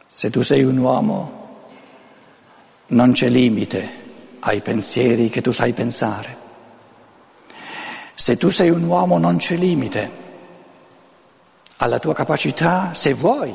Se tu sei un uomo, non c'è limite ai pensieri che tu sai pensare. Se tu sei un uomo, non c'è limite alla tua capacità, se vuoi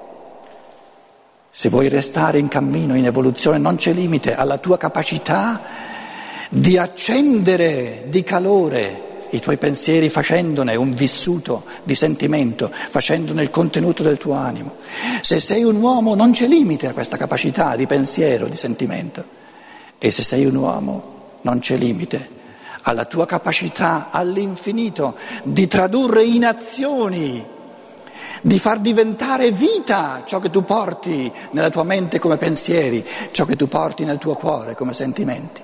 restare in cammino, in evoluzione, non c'è limite alla tua capacità di accendere di calore i tuoi pensieri facendone un vissuto di sentimento, facendone il contenuto del tuo animo. Se sei un uomo non c'è limite a questa capacità di pensiero, di sentimento. E se sei un uomo non c'è limite alla tua capacità all'infinito di tradurre in azioni, di far diventare vita ciò che tu porti nella tua mente come pensieri, ciò che tu porti nel tuo cuore come sentimenti.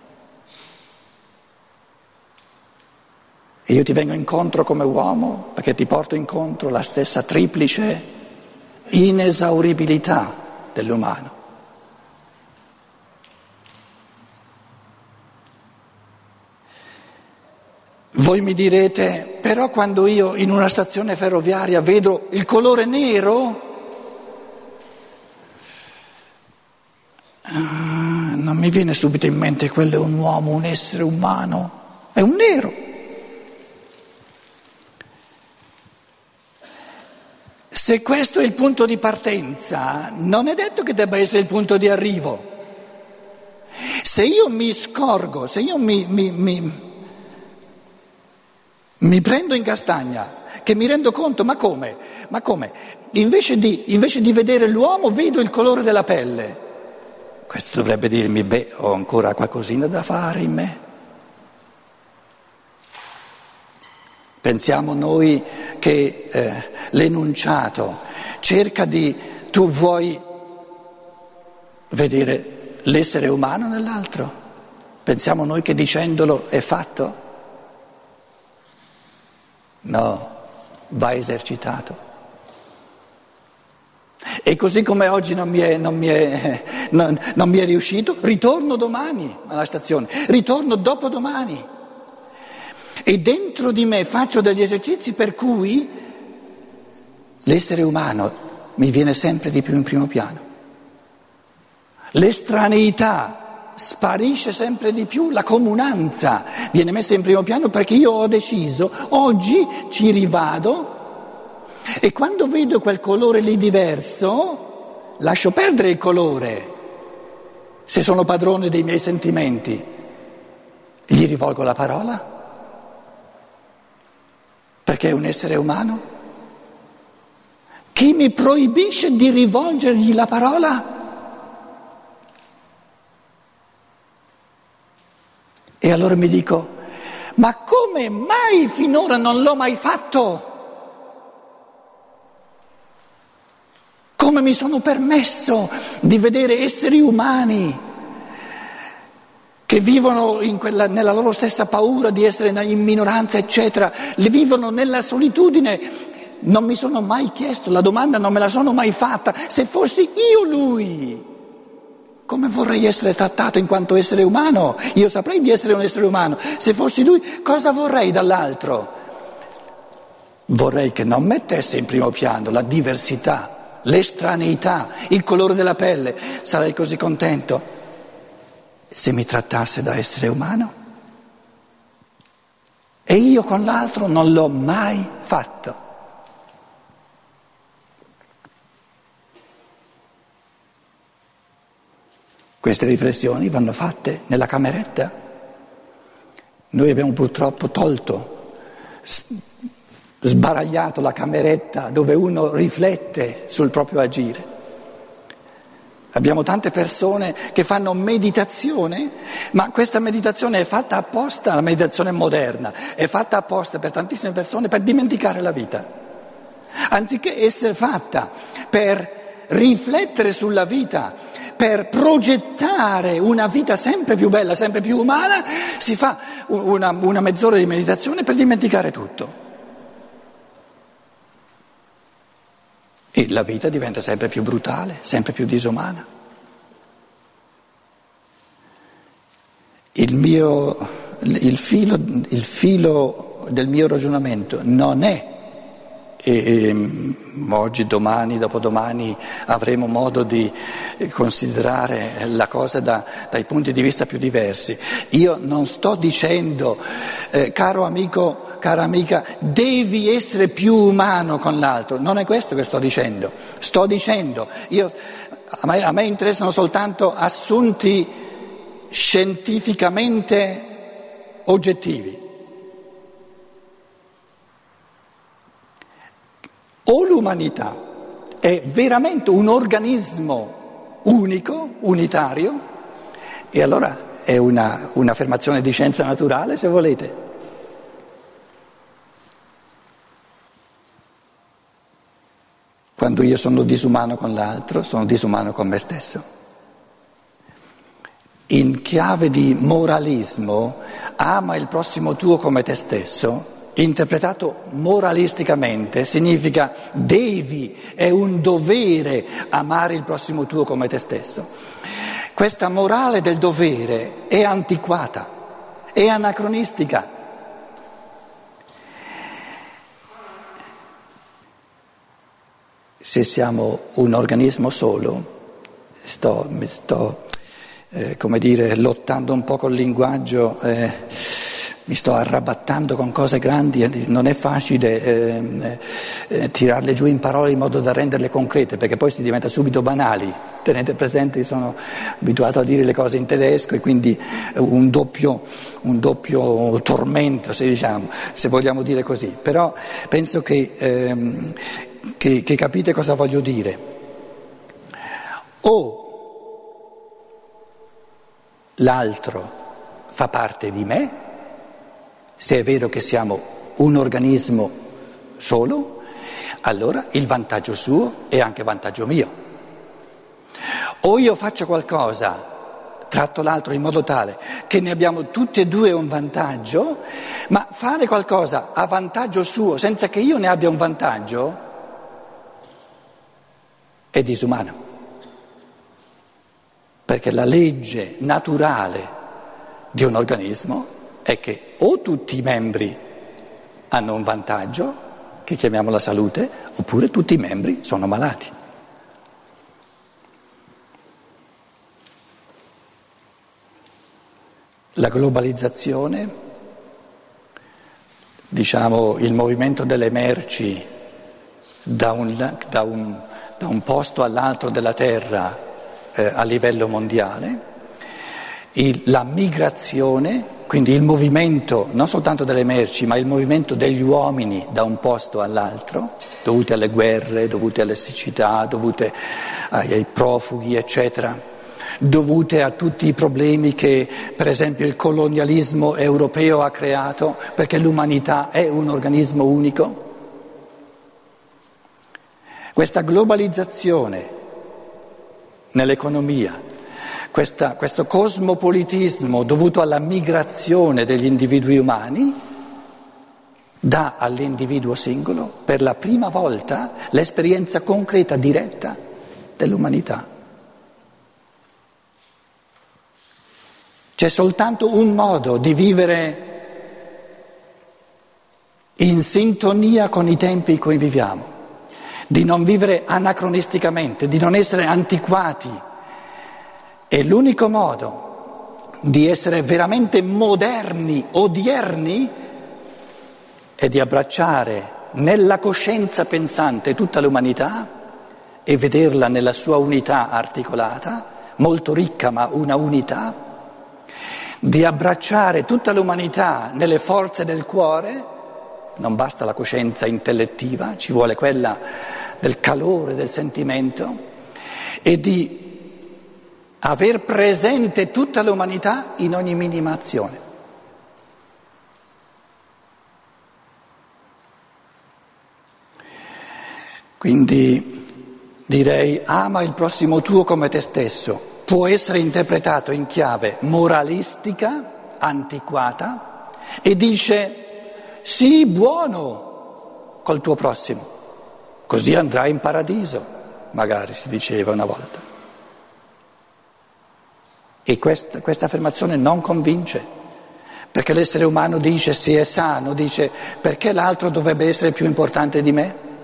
E io ti vengo incontro come uomo perché ti porto incontro la stessa triplice inesauribilità dell'umano. Voi mi direte, però quando io in una stazione ferroviaria vedo il colore nero, non mi viene subito in mente quello è un uomo, un essere umano, è un nero. Se questo è il punto di partenza, non è detto che debba essere il punto di arrivo. Se io mi scorgo, se io mi prendo in castagna, che mi rendo conto, ma come? Invece di vedere l'uomo vedo il colore della pelle. Questo dovrebbe dirmi, ho ancora qualcosina da fare in me. Pensiamo noi che l'enunciato cerca tu vuoi vedere l'essere umano nell'altro? Pensiamo noi che dicendolo è fatto? No, va esercitato. E così come oggi non mi è riuscito, ritorno domani alla stazione, ritorno dopodomani. E dentro di me faccio degli esercizi per cui l'essere umano mi viene sempre di più in primo piano. L'estraneità sparisce sempre di più, la comunanza viene messa in primo piano perché io ho deciso, oggi ci rivado e quando vedo quel colore lì diverso, lascio perdere il colore, se sono padrone dei miei sentimenti, gli rivolgo la parola. Perché è un essere umano? Chi mi proibisce di rivolgergli la parola? E allora mi dico, ma come mai finora non l'ho mai fatto? Come mi sono permesso di vedere esseri umani che vivono nella loro stessa paura di essere in minoranza, eccetera, le vivono nella solitudine. Non mi sono mai chiesto, la domanda non me la sono mai fatta, se fossi io lui, come vorrei essere trattato in quanto essere umano? Io saprei di essere un essere umano, se fossi lui cosa vorrei dall'altro? Vorrei che non mettesse in primo piano la diversità, l'estraneità, il colore della pelle, sarei così contento. Se mi trattasse da essere umano? E io con l'altro non l'ho mai fatto. Queste riflessioni vanno fatte nella cameretta. Noi abbiamo purtroppo sbaragliato la cameretta dove uno riflette sul proprio agire. Abbiamo tante persone che fanno meditazione, ma questa meditazione è fatta apposta, la meditazione moderna, è fatta apposta per tantissime persone per dimenticare la vita. Anziché essere fatta per riflettere sulla vita, per progettare una vita sempre più bella, sempre più umana, si fa una mezz'ora di meditazione per dimenticare tutto. E la vita diventa sempre più brutale, sempre più disumana. Il filo del mio ragionamento non è oggi, domani, dopodomani avremo modo di considerare la cosa dai punti di vista più diversi. Io non sto dicendo, caro amico, cara amica, devi essere più umano con l'altro, non è questo che sto dicendo. Sto dicendo, a me interessano soltanto assunti scientificamente oggettivi. O l'umanità è veramente un organismo unico, unitario, e allora è un'affermazione di scienza naturale, se volete. Quando io sono disumano con l'altro, sono disumano con me stesso. In chiave di moralismo, ama il prossimo tuo come te stesso. Interpretato moralisticamente significa devi, è un dovere amare il prossimo tuo come te stesso. Questa morale del dovere è antiquata, è anacronistica. Se siamo un organismo solo, mi sto lottando un po' col linguaggio. Mi sto arrabattando con cose grandi, non è facile tirarle giù in parole in modo da renderle concrete, perché poi si diventa subito banali. Tenete presente, sono abituato a dire le cose in tedesco e quindi un doppio tormento, se vogliamo dire così. Però penso che capite cosa voglio dire. O l'altro fa parte di me, se è vero che siamo un organismo solo, allora il vantaggio suo è anche vantaggio mio. O io faccio qualcosa, tratto l'altro in modo tale che ne abbiamo tutti e due un vantaggio, ma fare qualcosa a vantaggio suo senza che io ne abbia un vantaggio è disumano. Perché la legge naturale di un organismo è che o tutti i membri hanno un vantaggio, che chiamiamo la salute, oppure tutti i membri sono malati. La globalizzazione, il movimento delle merci da un posto all'altro della terra a livello mondiale, la migrazione, quindi il movimento non soltanto delle merci, ma il movimento degli uomini da un posto all'altro, dovute alle guerre, dovute alle siccità, dovute ai profughi, eccetera, dovute a tutti i problemi che per esempio il colonialismo europeo ha creato, perché l'umanità è un organismo unico. Questa globalizzazione nell'economia, questo cosmopolitismo dovuto alla migrazione degli individui umani dà all'individuo singolo per la prima volta l'esperienza concreta, diretta dell'umanità. C'è soltanto un modo di vivere in sintonia con i tempi in cui viviamo, di non vivere anacronisticamente, di non essere antiquati. E l'unico modo di essere veramente moderni, odierni, è di abbracciare nella coscienza pensante tutta l'umanità e vederla nella sua unità articolata, molto ricca ma una unità, di abbracciare tutta l'umanità nelle forze del cuore, non basta la coscienza intellettiva, ci vuole quella del calore del sentimento, e di aver presente tutta l'umanità in ogni minima azione. Quindi direi ama il prossimo tuo come te stesso, può essere interpretato in chiave moralistica, antiquata, e dice sii buono col tuo prossimo, così andrai in paradiso, magari si diceva una volta. E questa affermazione non convince, perché l'essere umano dice se è sano, dice perché l'altro dovrebbe essere più importante di me?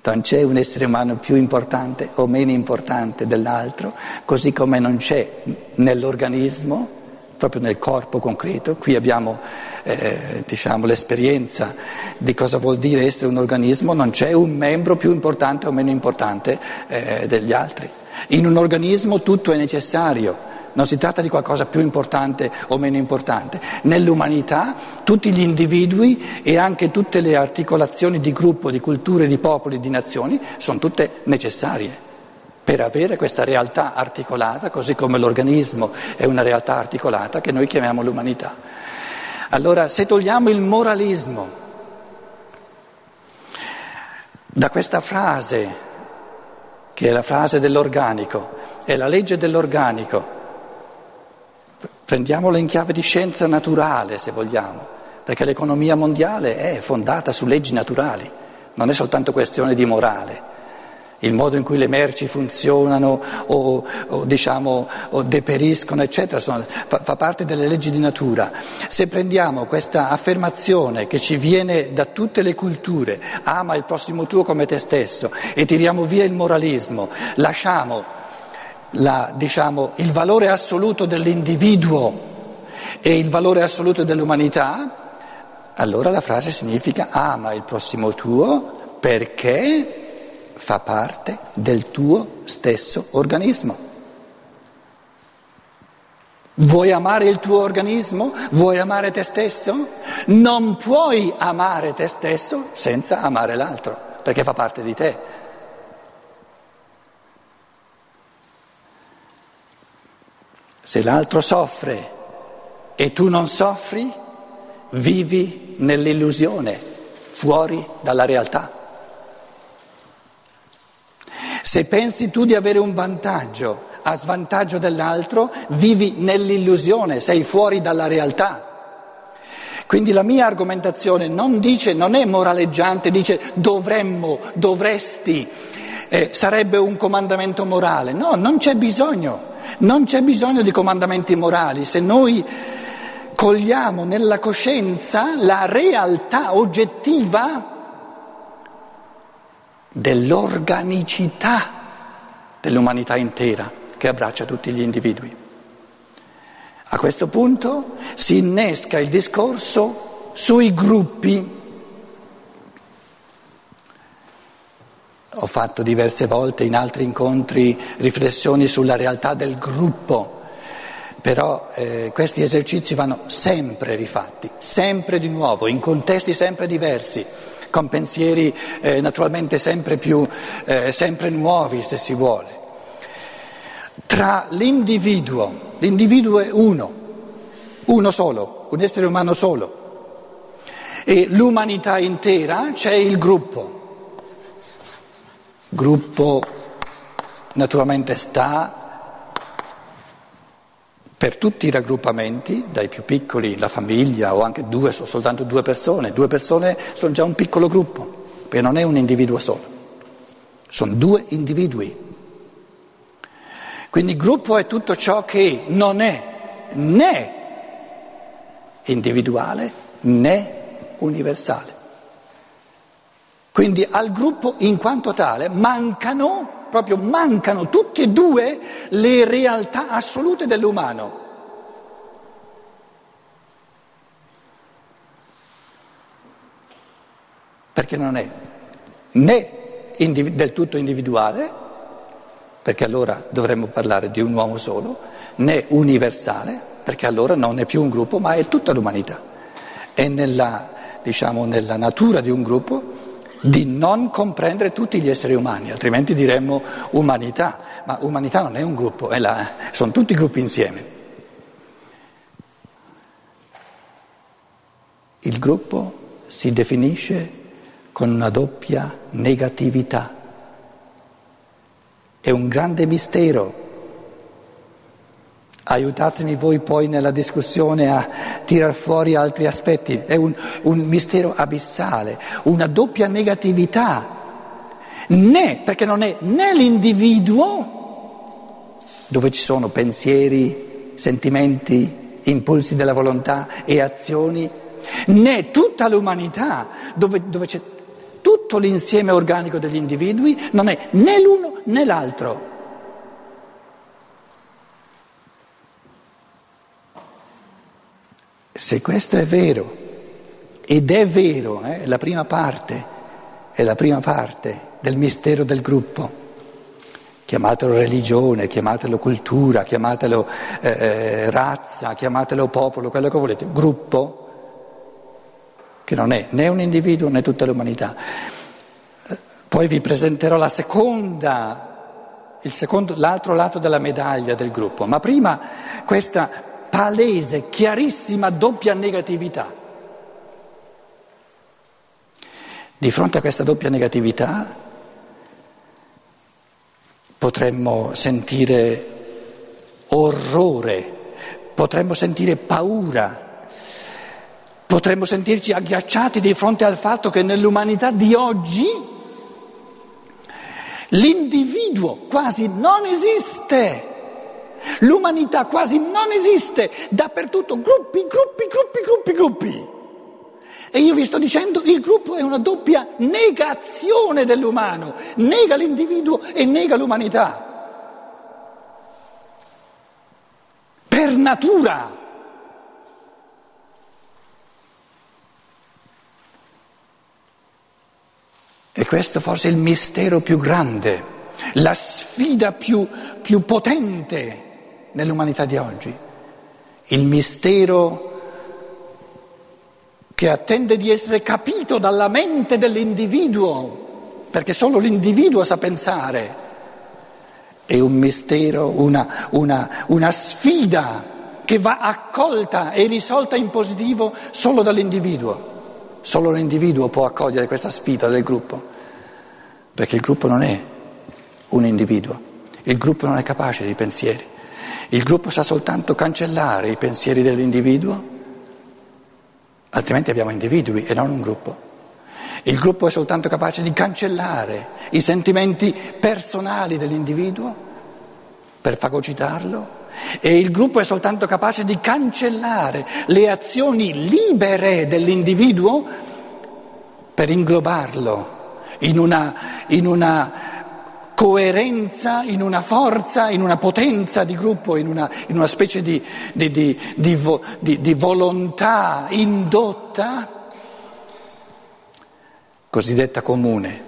Non c'è un essere umano più importante o meno importante dell'altro, così come non c'è nell'organismo, proprio nel corpo concreto. Qui abbiamo l'esperienza di cosa vuol dire essere un organismo, non c'è un membro più importante o meno importante degli altri. In un organismo tutto è necessario. Non si tratta di qualcosa più importante o meno importante. Nell'umanità tutti gli individui e anche tutte le articolazioni di gruppo, di culture, di popoli, di nazioni sono tutte necessarie per avere questa realtà articolata, così come l'organismo è una realtà articolata che noi chiamiamo l'umanità. Allora, se togliamo il moralismo da questa frase, che è la frase dell'organico, è la legge dell'organico, prendiamola in chiave di scienza naturale, se vogliamo, perché l'economia mondiale è fondata su leggi naturali, non è soltanto questione di morale. Il modo in cui le merci funzionano o deperiscono, eccetera, fa parte delle leggi di natura. Se prendiamo questa affermazione che ci viene da tutte le culture, ama il prossimo tuo come te stesso, e tiriamo via il moralismo, lasciamo il valore assoluto dell'individuo e il valore assoluto dell'umanità, allora la frase significa ama il prossimo tuo perché fa parte del tuo stesso organismo. Vuoi amare il tuo organismo? Vuoi amare te stesso? Non puoi amare te stesso senza amare l'altro, perché fa parte di te. Se l'altro soffre e tu non soffri, vivi nell'illusione, fuori dalla realtà. Se pensi tu di avere un vantaggio a svantaggio dell'altro, vivi nell'illusione, sei fuori dalla realtà. Quindi la mia argomentazione non è moraleggiante, dice dovremmo, dovresti, sarebbe un comandamento morale. No, non c'è bisogno di comandamenti morali se noi cogliamo nella coscienza la realtà oggettiva dell'organicità dell'umanità intera che abbraccia tutti gli individui. A questo punto si innesca il discorso sui gruppi. Ho fatto diverse volte in altri incontri riflessioni sulla realtà del gruppo, però questi esercizi vanno sempre rifatti, sempre di nuovo, in contesti sempre diversi, con pensieri naturalmente sempre nuovi se si vuole. Tra l'individuo è uno solo, un essere umano solo, e l'umanità intera c'è il gruppo. Gruppo naturalmente sta per tutti i raggruppamenti, dai più piccoli, la famiglia o anche soltanto due persone sono già un piccolo gruppo, perché non è un individuo solo, sono due individui. Quindi il gruppo è tutto ciò che non è né individuale né universale. Quindi al gruppo in quanto tale mancano tutte e due le realtà assolute dell'umano. Perché non è né del tutto individuale, perché allora dovremmo parlare di un uomo solo, né universale, perché allora non è più un gruppo ma è tutta l'umanità. È nella natura di un gruppo di non comprendere tutti gli esseri umani, altrimenti diremmo umanità, ma umanità non è un gruppo, sono tutti gruppi insieme. Il gruppo si definisce con una doppia negatività, è un grande mistero. Aiutatemi voi poi nella discussione a tirar fuori altri aspetti, è un mistero abissale, una doppia negatività, perché non è né l'individuo, dove ci sono pensieri, sentimenti, impulsi della volontà e azioni, né tutta l'umanità, dove c'è tutta tutto l'insieme organico degli individui, non è né l'uno né l'altro. Se questo è vero, ed è vero, è la prima parte del mistero del gruppo, chiamatelo religione, chiamatelo cultura, chiamatelo razza, chiamatelo popolo, quello che volete, gruppo, che non è né un individuo né tutta l'umanità. Poi vi presenterò l'altro lato della medaglia del gruppo, ma prima questa palese, chiarissima doppia negatività. Di fronte a questa doppia negatività potremmo sentire orrore, potremmo sentire paura, potremmo sentirci agghiacciati di fronte al fatto che nell'umanità di oggi l'individuo quasi non esiste. L'umanità quasi non esiste, dappertutto gruppi. E io vi sto dicendo, il gruppo è una doppia negazione dell'umano, nega l'individuo e nega l'umanità. Per natura. E questo forse è il mistero più grande, la sfida più potente nell'umanità di oggi, il mistero che attende di essere capito dalla mente dell'individuo, perché solo l'individuo sa pensare, è un mistero, una sfida che va accolta e risolta in positivo solo dall'individuo. Solo l'individuo può accogliere questa sfida del gruppo, perché il gruppo non è un individuo, il gruppo non è capace di pensieri. Il gruppo sa soltanto cancellare i pensieri dell'individuo, altrimenti abbiamo individui e non un gruppo. Il gruppo è soltanto capace di cancellare i sentimenti personali dell'individuo per fagocitarlo, e il gruppo è soltanto capace di cancellare le azioni libere dell'individuo per inglobarlo in una coerenza, in una forza, in una potenza di gruppo, in una specie di volontà indotta, cosiddetta comune.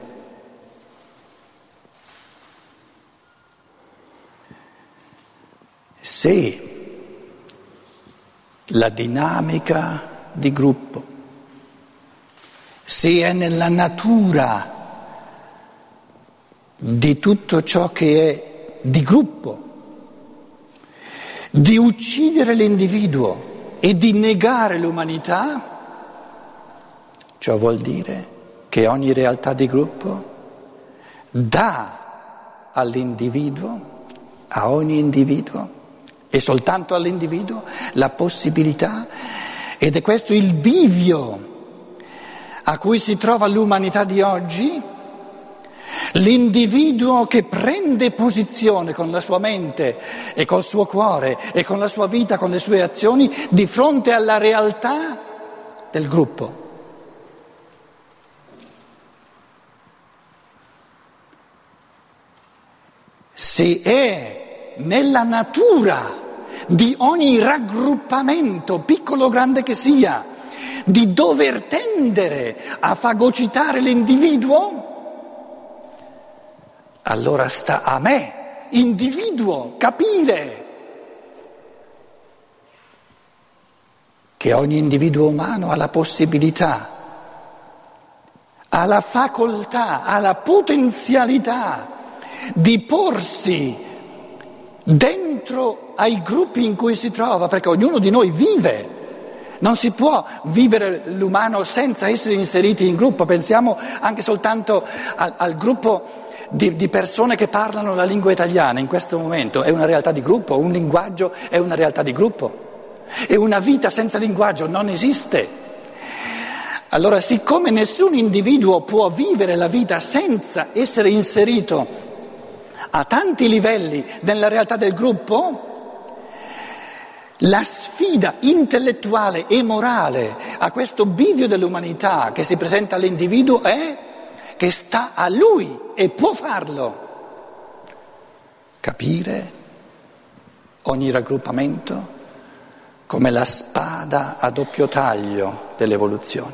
Se la dinamica di gruppo, se è nella natura di tutto ciò che è di gruppo, di uccidere l'individuo e di negare l'umanità, ciò vuol dire che ogni realtà di gruppo dà all'individuo, a ogni individuo e soltanto all'individuo la possibilità, ed è questo il bivio a cui si trova l'umanità di oggi, l'individuo che prende posizione con la sua mente e col suo cuore e con la sua vita, con le sue azioni, di fronte alla realtà del gruppo. Se è nella natura di ogni raggruppamento, piccolo o grande che sia, di dover tendere a fagocitare l'individuo, allora sta a me, individuo, capire che ogni individuo umano ha la possibilità, ha la facoltà, ha la potenzialità di porsi dentro ai gruppi in cui si trova, perché ognuno di noi vive. Non si può vivere l'umano senza essere inseriti in gruppo. Pensiamo anche soltanto al gruppo di persone che parlano la lingua italiana in questo momento. È una realtà di gruppo, un linguaggio è una realtà di gruppo. E una vita senza linguaggio non esiste. Allora, siccome nessun individuo può vivere la vita senza essere inserito a tanti livelli nella realtà del gruppo, la sfida intellettuale e morale a questo bivio dell'umanità che si presenta all'individuo è che sta a lui e può farlo. Capire ogni raggruppamento come la spada a doppio taglio dell'evoluzione.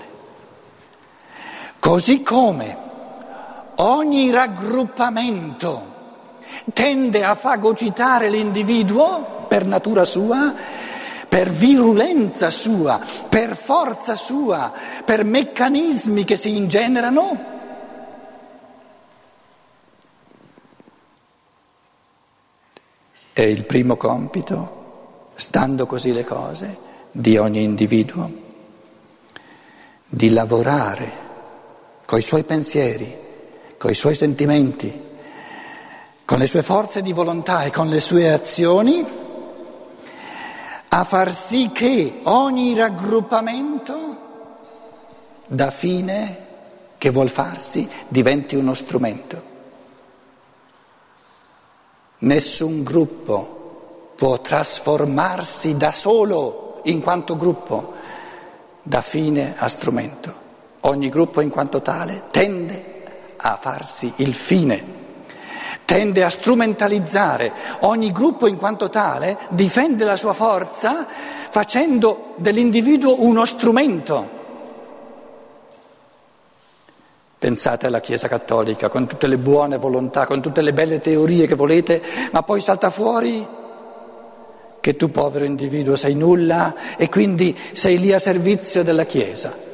Così come ogni raggruppamento tende a fagocitare l'individuo per natura sua, per virulenza sua, per forza sua, per meccanismi che si ingenerano, è il primo compito, stando così le cose, di ogni individuo, di lavorare coi suoi pensieri, coi suoi sentimenti, con le sue forze di volontà e con le sue azioni, a far sì che ogni raggruppamento da fine che vuol farsi diventi uno strumento. Nessun gruppo può trasformarsi da solo in quanto gruppo da fine a strumento. Ogni gruppo in quanto tale tende a farsi il fine, tende a strumentalizzare. Ogni gruppo in quanto tale difende la sua forza facendo dell'individuo uno strumento. Pensate alla Chiesa Cattolica, con tutte le buone volontà, con tutte le belle teorie che volete, ma poi salta fuori che tu povero individuo sei nulla e quindi sei lì a servizio della Chiesa.